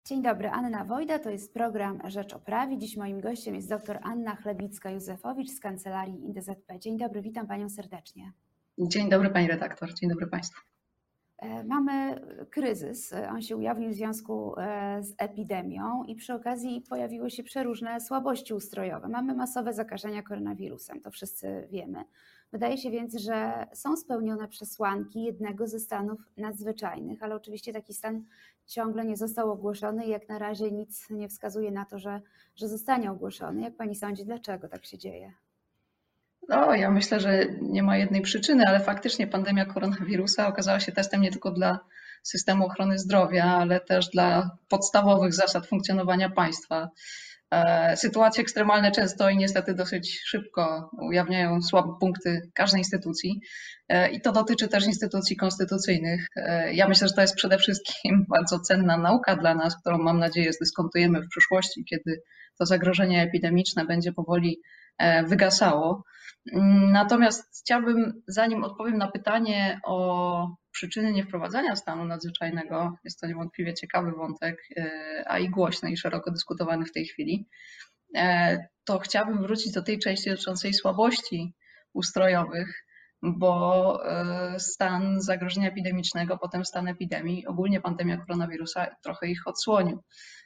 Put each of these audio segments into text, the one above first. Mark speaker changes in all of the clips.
Speaker 1: Dzień dobry, Anna Wojda, to jest program Rzecz o Prawie. Dziś moim gościem jest dr Anna Chlebicka-Józefowicz z Kancelarii InDZP. Dzień dobry, witam Panią serdecznie.
Speaker 2: Dzień dobry Pani redaktor, dzień dobry Państwu.
Speaker 1: Mamy kryzys, on się ujawnił w związku z epidemią i przy okazji pojawiły się przeróżne słabości ustrojowe. Mamy masowe zakażenia koronawirusem, to wszyscy wiemy. Wydaje się więc, że są spełnione przesłanki jednego ze stanów nadzwyczajnych, ale oczywiście taki stan ciągle nie został ogłoszony i jak na razie nic nie wskazuje na to, że zostanie ogłoszony. Jak Pani sądzi, dlaczego tak się dzieje?
Speaker 2: No, ja myślę, że nie ma jednej przyczyny, ale faktycznie pandemia koronawirusa okazała się testem nie tylko dla systemu ochrony zdrowia, ale też dla podstawowych zasad funkcjonowania państwa. Sytuacje ekstremalne często i niestety dosyć szybko ujawniają słabe punkty każdej instytucji i to dotyczy też instytucji konstytucyjnych. Ja myślę, że to jest przede wszystkim bardzo cenna nauka dla nas, którą mam nadzieję zdyskutujemy w przyszłości, kiedy to zagrożenie epidemiczne będzie powoli wygasało. Natomiast chciałbym, zanim odpowiem na pytanie o przyczyny niewprowadzania stanu nadzwyczajnego, jest to niewątpliwie ciekawy wątek, a i głośny i szeroko dyskutowany w tej chwili, to chciałabym wrócić do tej części dotyczącej słabości ustrojowych, bo stan zagrożenia epidemicznego, potem stan epidemii, ogólnie pandemia koronawirusa trochę ich odsłonił.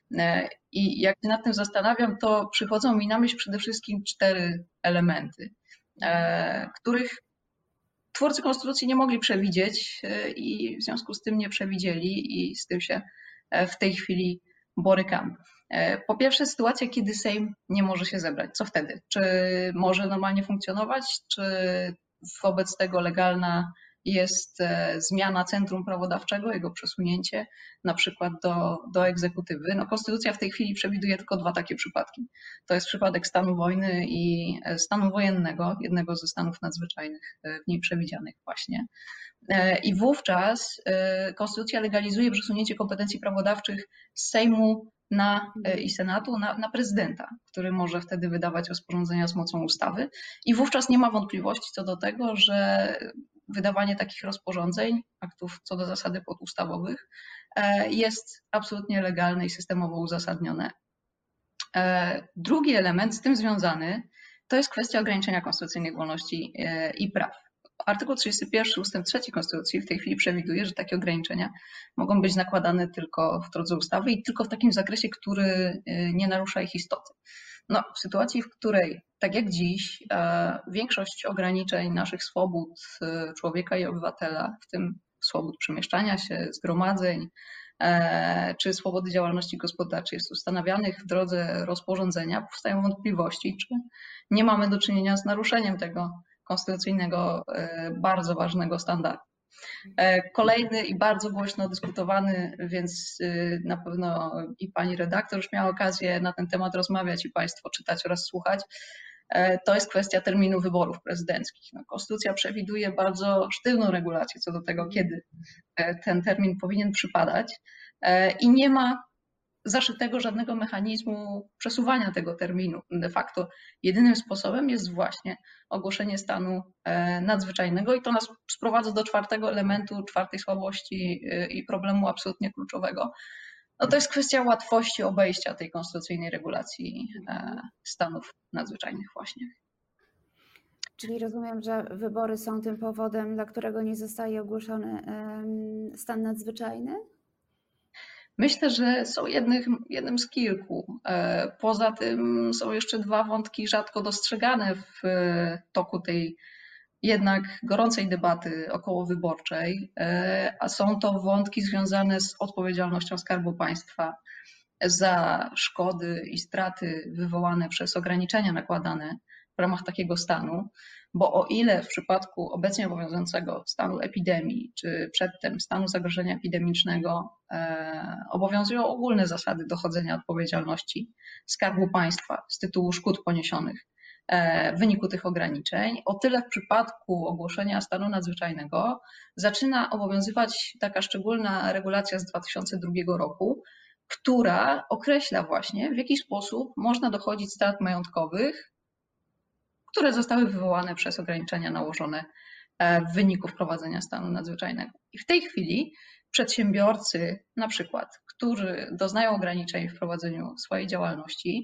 Speaker 2: I jak się nad tym zastanawiam, to przychodzą mi na myśl przede wszystkim 4 elementy, których twórcy konstytucji nie mogli przewidzieć i w związku z tym nie przewidzieli i z tym się w tej chwili borykamy. Po pierwsze, sytuacja, kiedy Sejm nie może się zebrać. Co wtedy? Czy może normalnie funkcjonować, czy wobec tego legalna jest zmiana centrum prawodawczego, jego przesunięcie na przykład do egzekutywy? No, konstytucja w tej chwili przewiduje tylko 2 takie przypadki. To jest przypadek stanu wojny i stanu wojennego, jednego ze stanów nadzwyczajnych w niej przewidzianych właśnie. I wówczas konstytucja legalizuje przesunięcie kompetencji prawodawczych z Sejmu i Senatu na prezydenta, który może wtedy wydawać rozporządzenia z mocą ustawy. I wówczas nie ma wątpliwości co do tego, że wydawanie takich rozporządzeń, aktów co do zasady podustawowych, jest absolutnie legalne i systemowo uzasadnione. Drugi element z tym związany to jest kwestia ograniczenia konstytucyjnych wolności i praw. Artykuł 31 ustęp 3 Konstytucji w tej chwili przewiduje, że takie ograniczenia mogą być nakładane tylko w drodze ustawy i tylko w takim zakresie, który nie narusza ich istoty. No, w sytuacji, w której, tak jak dziś, większość ograniczeń naszych swobód człowieka i obywatela, w tym swobód przemieszczania się, zgromadzeń, czy swobody działalności gospodarczej jest ustanawianych w drodze rozporządzenia, powstają wątpliwości, czy nie mamy do czynienia z naruszeniem tego konstytucyjnego, bardzo ważnego standardu. Kolejny i bardzo głośno dyskutowany, więc na pewno i pani redaktor już miała okazję na ten temat rozmawiać i Państwo czytać oraz słuchać, to jest kwestia terminu wyborów prezydenckich. No, konstytucja przewiduje bardzo sztywną regulację co do tego, kiedy ten termin powinien przypadać i nie ma zaszytego żadnego mechanizmu przesuwania tego terminu. De facto jedynym sposobem jest właśnie ogłoszenie stanu nadzwyczajnego i to nas sprowadza do 4. elementu, 4. słabości i problemu absolutnie kluczowego. No to jest kwestia łatwości obejścia tej konstytucyjnej regulacji stanów nadzwyczajnych właśnie.
Speaker 1: Czyli rozumiem, że wybory są tym powodem, dla którego nie zostaje ogłoszony stan nadzwyczajny?
Speaker 2: Myślę, że są jednym z kilku. Poza tym są jeszcze 2 wątki rzadko dostrzegane w toku tej jednak gorącej debaty okołowyborczej, a są to wątki związane z odpowiedzialnością Skarbu Państwa za szkody i straty wywołane przez ograniczenia nakładane w ramach takiego stanu, bo o ile w przypadku obecnie obowiązującego stanu epidemii, czy przedtem stanu zagrożenia epidemicznego obowiązują ogólne zasady dochodzenia odpowiedzialności Skarbu Państwa z tytułu szkód poniesionych w wyniku tych ograniczeń, o tyle w przypadku ogłoszenia stanu nadzwyczajnego zaczyna obowiązywać taka szczególna regulacja z 2002 roku, która określa właśnie, w jaki sposób można dochodzić strat majątkowych, które zostały wywołane przez ograniczenia nałożone w wyniku wprowadzenia stanu nadzwyczajnego. I w tej chwili przedsiębiorcy, na przykład, którzy doznają ograniczeń w prowadzeniu swojej działalności,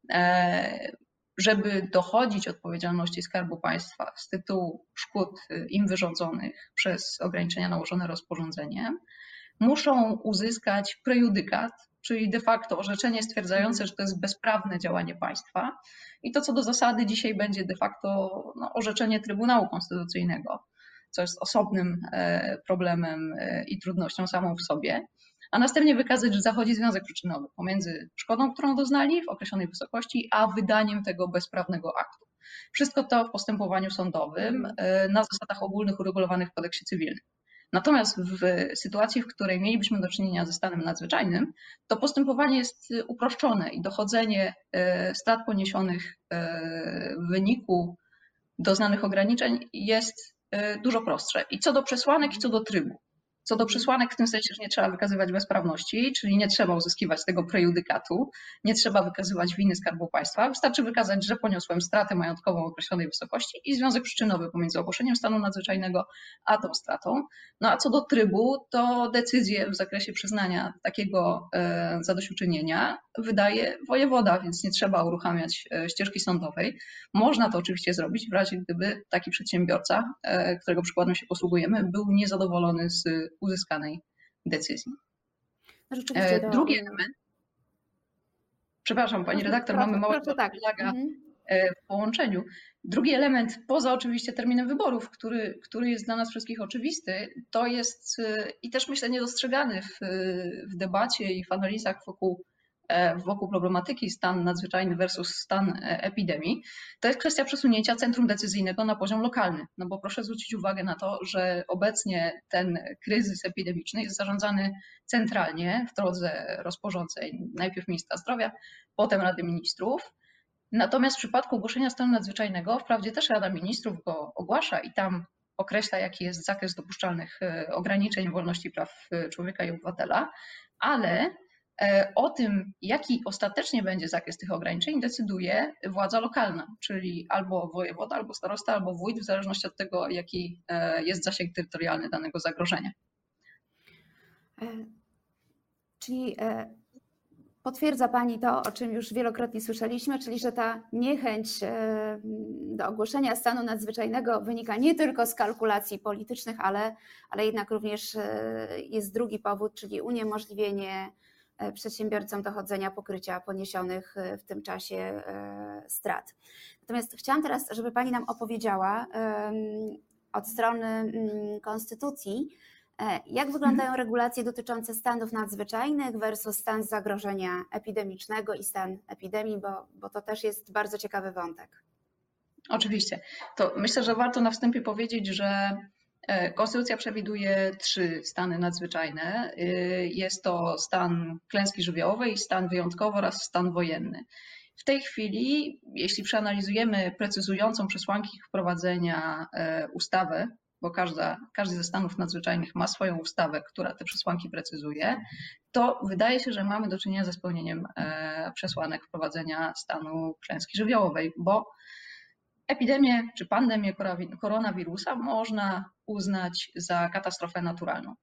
Speaker 2: żeby dochodzić odpowiedzialności Skarbu Państwa z tytułu szkód im wyrządzonych przez ograniczenia nałożone rozporządzeniem, muszą uzyskać prejudykat, czyli de facto orzeczenie stwierdzające, że to jest bezprawne działanie państwa. I to co do zasady dzisiaj będzie de facto orzeczenie Trybunału Konstytucyjnego, co jest osobnym problemem i trudnością samą w sobie, a następnie wykazać, że zachodzi związek przyczynowy pomiędzy szkodą, którą doznali w określonej wysokości, a wydaniem tego bezprawnego aktu. Wszystko to w postępowaniu sądowym na zasadach ogólnych uregulowanych w kodeksie cywilnym. Natomiast w sytuacji, w której mielibyśmy do czynienia ze stanem nadzwyczajnym, to postępowanie jest uproszczone i dochodzenie strat poniesionych w wyniku doznanych ograniczeń jest dużo prostsze. I co do przesłanek, i co do trybu. Co do przesłanek w tym sensie, że nie trzeba wykazywać bezprawności, czyli nie trzeba uzyskiwać tego prejudykatu, nie trzeba wykazywać winy Skarbu Państwa. Wystarczy wykazać, że poniosłem stratę majątkową określonej wysokości i związek przyczynowy pomiędzy ogłoszeniem stanu nadzwyczajnego a tą stratą. No a co do trybu, to decyzję w zakresie przyznania takiego zadośćuczynienia wydaje wojewoda, więc nie trzeba uruchamiać ścieżki sądowej. Można to oczywiście zrobić w razie, gdyby taki przedsiębiorca, którego przykładem się posługujemy, był niezadowolony z uzyskanej decyzji. Drugi element, przepraszam pani redaktor, mamy małego laga w połączeniu. Drugi element, poza oczywiście terminem wyborów, który jest dla nas wszystkich oczywisty, to jest i też myślę niedostrzegany w debacie i w analizach wokół problematyki stan nadzwyczajny versus stan epidemii, to jest kwestia przesunięcia centrum decyzyjnego na poziom lokalny. No bo proszę zwrócić uwagę na to, że obecnie ten kryzys epidemiczny jest zarządzany centralnie w drodze rozporządzeń najpierw ministra zdrowia, potem Rady Ministrów. Natomiast w przypadku ogłoszenia stanu nadzwyczajnego, wprawdzie też Rada Ministrów go ogłasza i tam określa, jaki jest zakres dopuszczalnych ograniczeń wolności i praw człowieka i obywatela, ale o tym, jaki ostatecznie będzie zakres tych ograniczeń, decyduje władza lokalna, czyli albo wojewoda, albo starosta, albo wójt, w zależności od tego, jaki jest zasięg terytorialny danego zagrożenia.
Speaker 1: Czyli potwierdza pani to, o czym już wielokrotnie słyszeliśmy, czyli że ta niechęć do ogłoszenia stanu nadzwyczajnego wynika nie tylko z kalkulacji politycznych, ale jednak również jest drugi powód, czyli uniemożliwienie przedsiębiorcom dochodzenia pokrycia poniesionych w tym czasie strat. Natomiast chciałam teraz, żeby pani nam opowiedziała od strony konstytucji, jak wyglądają regulacje dotyczące stanów nadzwyczajnych versus stan zagrożenia epidemicznego i stan epidemii, bo to też jest bardzo ciekawy wątek.
Speaker 2: Oczywiście. To myślę, że warto na wstępie powiedzieć, że Konstytucja przewiduje 3 stany nadzwyczajne. Jest to stan klęski żywiołowej, stan wyjątkowy oraz stan wojenny. W tej chwili, jeśli przeanalizujemy precyzującą przesłanki wprowadzenia ustawę, bo każdy ze stanów nadzwyczajnych ma swoją ustawę, która te przesłanki precyzuje, to wydaje się, że mamy do czynienia ze spełnieniem przesłanek wprowadzenia stanu klęski żywiołowej, bo epidemię czy pandemię koronawirusa można uznać za katastrofę naturalną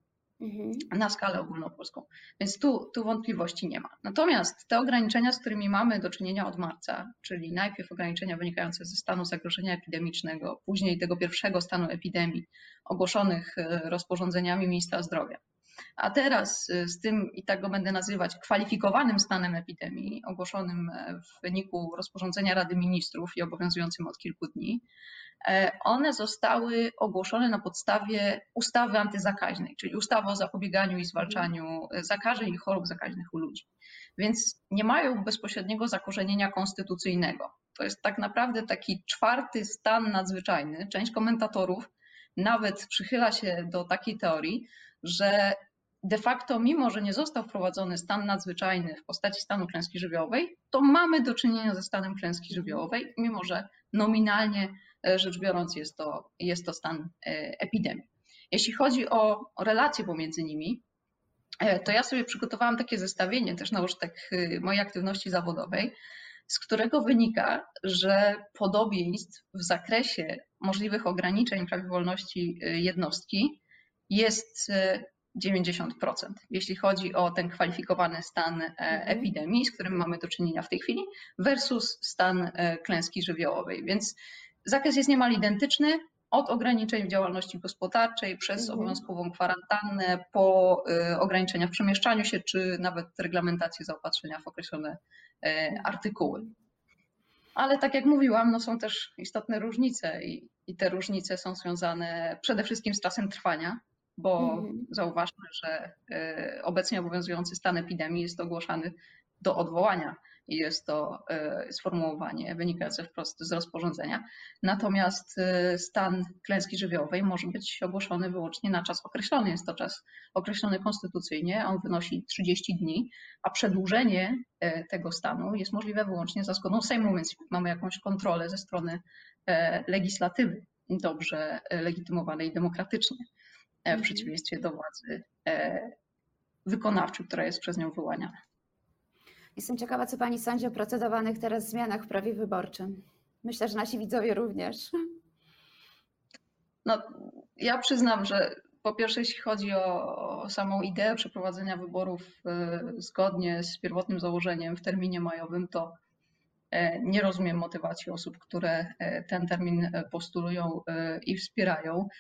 Speaker 2: na skalę ogólnopolską, więc tu wątpliwości nie ma. Natomiast te ograniczenia, z którymi mamy do czynienia od marca, czyli najpierw ograniczenia wynikające ze stanu zagrożenia epidemicznego, później tego pierwszego stanu epidemii ogłoszonych rozporządzeniami ministra zdrowia, a teraz z tym, i tak go będę nazywać, kwalifikowanym stanem epidemii, ogłoszonym w wyniku rozporządzenia Rady Ministrów i obowiązującym od kilku dni, one zostały ogłoszone na podstawie ustawy antyzakaźnej, czyli ustawy o zapobieganiu i zwalczaniu zakażeń i chorób zakaźnych u ludzi. Więc nie mają bezpośredniego zakorzenienia konstytucyjnego. To jest tak naprawdę taki 4. stan nadzwyczajny. Część komentatorów nawet przychyla się do takiej teorii, że de facto, mimo że nie został wprowadzony stan nadzwyczajny w postaci stanu klęski żywiołowej, to mamy do czynienia ze stanem klęski żywiołowej, mimo że nominalnie rzecz biorąc jest to stan epidemii. Jeśli chodzi o relacje pomiędzy nimi, to ja sobie przygotowałam takie zestawienie też na użytek mojej aktywności zawodowej, z którego wynika, że podobieństw w zakresie możliwych ograniczeń praw i wolności jednostki jest 90%, jeśli chodzi o ten kwalifikowany stan epidemii, z którym mamy do czynienia w tej chwili, versus stan klęski żywiołowej. Więc zakres jest niemal identyczny, od ograniczeń w działalności gospodarczej, przez obowiązkową kwarantannę, po ograniczenia w przemieszczaniu się, czy nawet reglamentację zaopatrzenia w określone artykuły. Ale tak jak mówiłam, no są też istotne różnice i te różnice są związane przede wszystkim z czasem trwania, bo zauważmy, że obecnie obowiązujący stan epidemii jest ogłaszany do odwołania i jest to sformułowanie wynikające wprost z rozporządzenia. Natomiast stan klęski żywiołowej może być ogłoszony wyłącznie na czas określony. Jest to czas określony konstytucyjnie, on wynosi 30 dni, a przedłużenie tego stanu jest możliwe wyłącznie za zgodą Sejmu, więc mamy jakąś kontrolę ze strony legislatywy, dobrze legitymowanej demokratycznie, w przeciwieństwie do władzy wykonawczej, która jest przez nią wyłaniana.
Speaker 1: Jestem ciekawa, co pani sądzi o procedowanych teraz zmianach w prawie wyborczym. Myślę, że nasi widzowie również.
Speaker 2: No, ja przyznam, że po pierwsze, jeśli chodzi o samą ideę przeprowadzenia wyborów zgodnie z pierwotnym założeniem w terminie majowym, to nie rozumiem motywacji osób, które ten termin postulują i wspierają.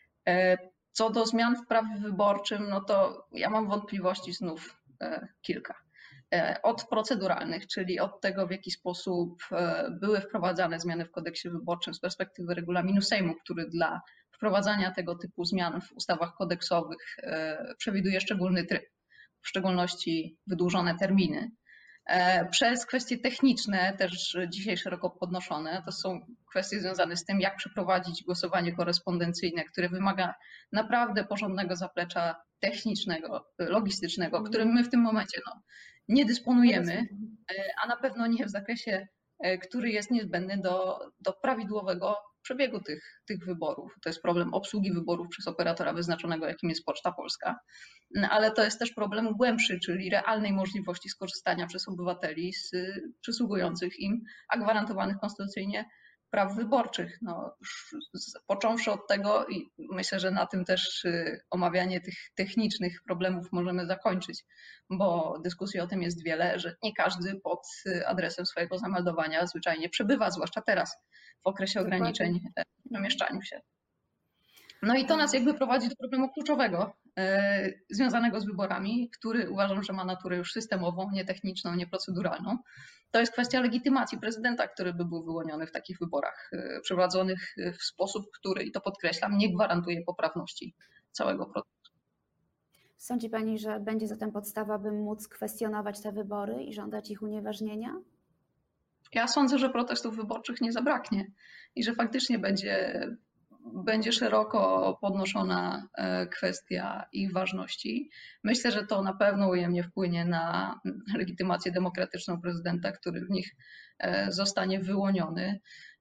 Speaker 2: Co do zmian w prawie wyborczym, no to ja mam wątpliwości znów kilka. Od proceduralnych, czyli od tego, w jaki sposób były wprowadzane zmiany w kodeksie wyborczym z perspektywy regulaminu Sejmu, który dla wprowadzania tego typu zmian w ustawach kodeksowych przewiduje szczególny tryb, w szczególności wydłużone terminy. Przez kwestie techniczne, też dzisiaj szeroko podnoszone, to są kwestie związane z tym, jak przeprowadzić głosowanie korespondencyjne, które wymaga naprawdę porządnego zaplecza technicznego, logistycznego, którym my w tym momencie nie dysponujemy, a na pewno nie w zakresie, który jest niezbędny do prawidłowego przebiegu tych wyborów. To jest problem obsługi wyborów przez operatora wyznaczonego, jakim jest Poczta Polska, ale to jest też problem głębszy, czyli realnej możliwości skorzystania przez obywateli z przysługujących im, a gwarantowanych konstytucyjnie praw wyborczych. No, począwszy od tego i myślę, że na tym też omawianie tych technicznych problemów możemy zakończyć, bo dyskusji o tym jest wiele, że nie każdy pod adresem swojego zameldowania zwyczajnie przebywa, zwłaszcza teraz w okresie ograniczeń w przemieszczaniu się. No i to nas jakby prowadzi do problemu kluczowego związanego z wyborami, który uważam, że ma naturę już systemową, nie techniczną, nie proceduralną. To jest kwestia legitymacji prezydenta, który by był wyłoniony w takich wyborach, przeprowadzonych w sposób, który, i to podkreślam, nie gwarantuje poprawności całego procesu.
Speaker 1: Sądzi pani, że będzie zatem podstawa, by móc kwestionować te wybory i żądać ich unieważnienia?
Speaker 2: Ja sądzę, że protestów wyborczych nie zabraknie i że faktycznie będzie szeroko podnoszona kwestia ich ważności. Myślę, że to na pewno ujemnie wpłynie na legitymację demokratyczną prezydenta, który w nich zostanie wyłoniony.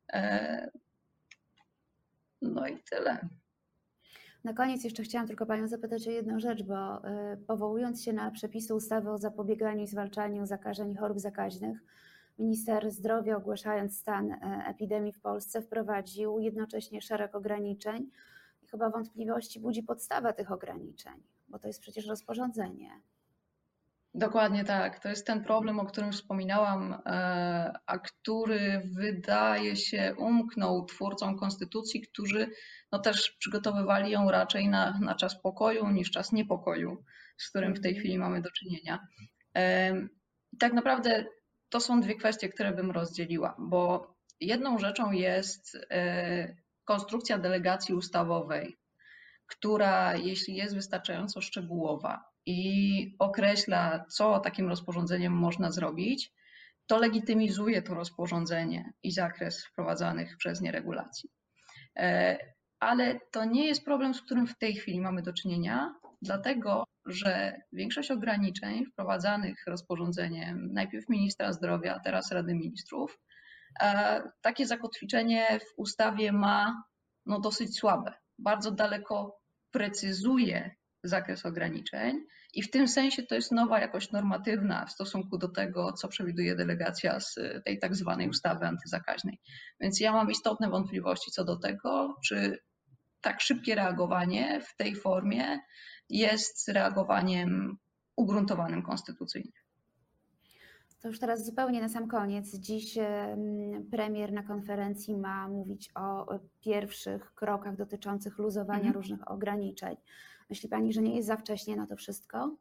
Speaker 2: No i tyle.
Speaker 1: Na koniec jeszcze chciałam tylko panią zapytać o jedną rzecz, bo powołując się na przepisy ustawy o zapobieganiu i zwalczaniu zakażeń i chorób zakaźnych, minister zdrowia, ogłaszając stan epidemii w Polsce, wprowadził jednocześnie szereg ograniczeń i chyba wątpliwości budzi podstawa tych ograniczeń, bo to jest przecież rozporządzenie.
Speaker 2: Dokładnie tak. To jest ten problem, o którym wspominałam, a który wydaje się umknął twórcom konstytucji, którzy też przygotowywali ją raczej na czas pokoju niż czas niepokoju, z którym w tej chwili mamy do czynienia. Tak naprawdę to są dwie kwestie, które bym rozdzieliła, bo jedną rzeczą jest konstrukcja delegacji ustawowej, która, jeśli jest wystarczająco szczegółowa i określa, co takim rozporządzeniem można zrobić, to legitymizuje to rozporządzenie i zakres wprowadzanych przez nie regulacji. Ale to nie jest problem, z którym w tej chwili mamy do czynienia, dlatego że większość ograniczeń wprowadzanych rozporządzeniem najpierw ministra zdrowia, a teraz Rady Ministrów, takie zakotwiczenie w ustawie ma dosyć słabe. Bardzo daleko precyzuje zakres ograniczeń i w tym sensie to jest nowa jakość normatywna w stosunku do tego, co przewiduje delegacja z tej tak zwanej ustawy antyzakaźnej. Więc ja mam istotne wątpliwości co do tego, czy tak szybkie reagowanie w tej formie jest reagowaniem ugruntowanym konstytucyjnie.
Speaker 1: To już teraz zupełnie na sam koniec. Dziś premier na konferencji ma mówić o pierwszych krokach dotyczących luzowania różnych ograniczeń. Myśli Pani, że nie jest za wcześnie na to wszystko?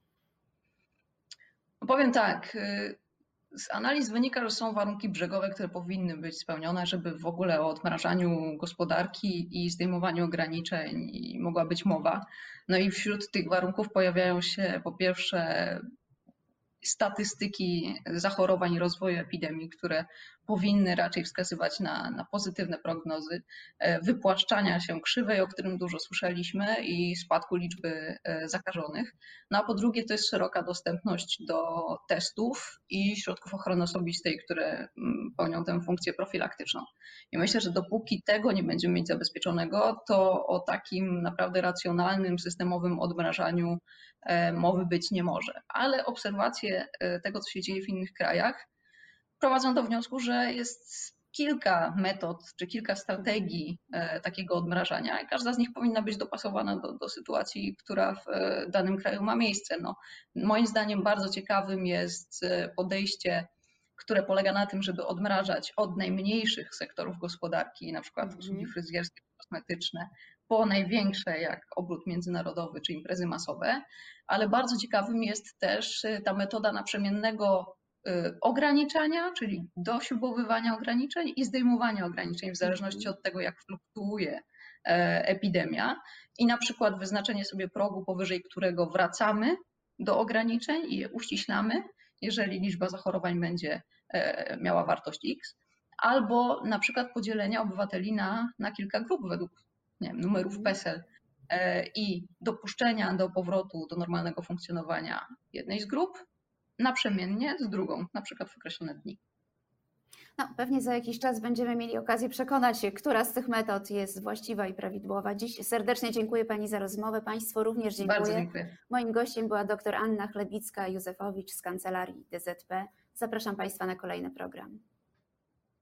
Speaker 2: Powiem tak, z analiz wynika, że są warunki brzegowe, które powinny być spełnione, żeby w ogóle o odmrażaniu gospodarki i zdejmowaniu ograniczeń mogła być mowa. No i wśród tych warunków pojawiają się po pierwsze statystyki zachorowań i rozwoju epidemii, które powinny raczej wskazywać na pozytywne prognozy, wypłaszczania się krzywej, o którym dużo słyszeliśmy, i spadku liczby zakażonych. No a po drugie to jest szeroka dostępność do testów i środków ochrony osobistej, które pełnią tę funkcję profilaktyczną. I myślę, że dopóki tego nie będziemy mieć zabezpieczonego, to o takim naprawdę racjonalnym, systemowym odmrażaniu mowy być nie może. Ale obserwacje tego, co się dzieje w innych krajach, prowadzą do wniosku, że jest kilka metod czy kilka strategii takiego odmrażania i każda z nich powinna być dopasowana do sytuacji, która w danym kraju ma miejsce. No, moim zdaniem bardzo ciekawym jest podejście, które polega na tym, żeby odmrażać od najmniejszych sektorów gospodarki, na przykład usługi fryzjerskie, kosmetyczne, po największe jak obrót międzynarodowy czy imprezy masowe, ale bardzo ciekawym jest też ta metoda naprzemiennego ograniczania, czyli dośrubowywania ograniczeń i zdejmowania ograniczeń w zależności od tego, jak fluktuuje epidemia, i na przykład wyznaczenie sobie progu, powyżej którego wracamy do ograniczeń i je uściślamy, jeżeli liczba zachorowań będzie miała wartość X, albo na przykład podzielenia obywateli na kilka grup według, nie wiem, numerów PESEL i dopuszczenia do powrotu do normalnego funkcjonowania jednej z grup naprzemiennie z drugą, na przykład w określone dni.
Speaker 1: No, pewnie za jakiś czas będziemy mieli okazję przekonać się, która z tych metod jest właściwa i prawidłowa. Dziś serdecznie dziękuję Pani za rozmowę. Państwu również dziękuję.
Speaker 2: Bardzo dziękuję.
Speaker 1: Moim gościem była dr Anna Chlebicka-Józefowicz z Kancelarii DZP. Zapraszam Państwa na kolejny program.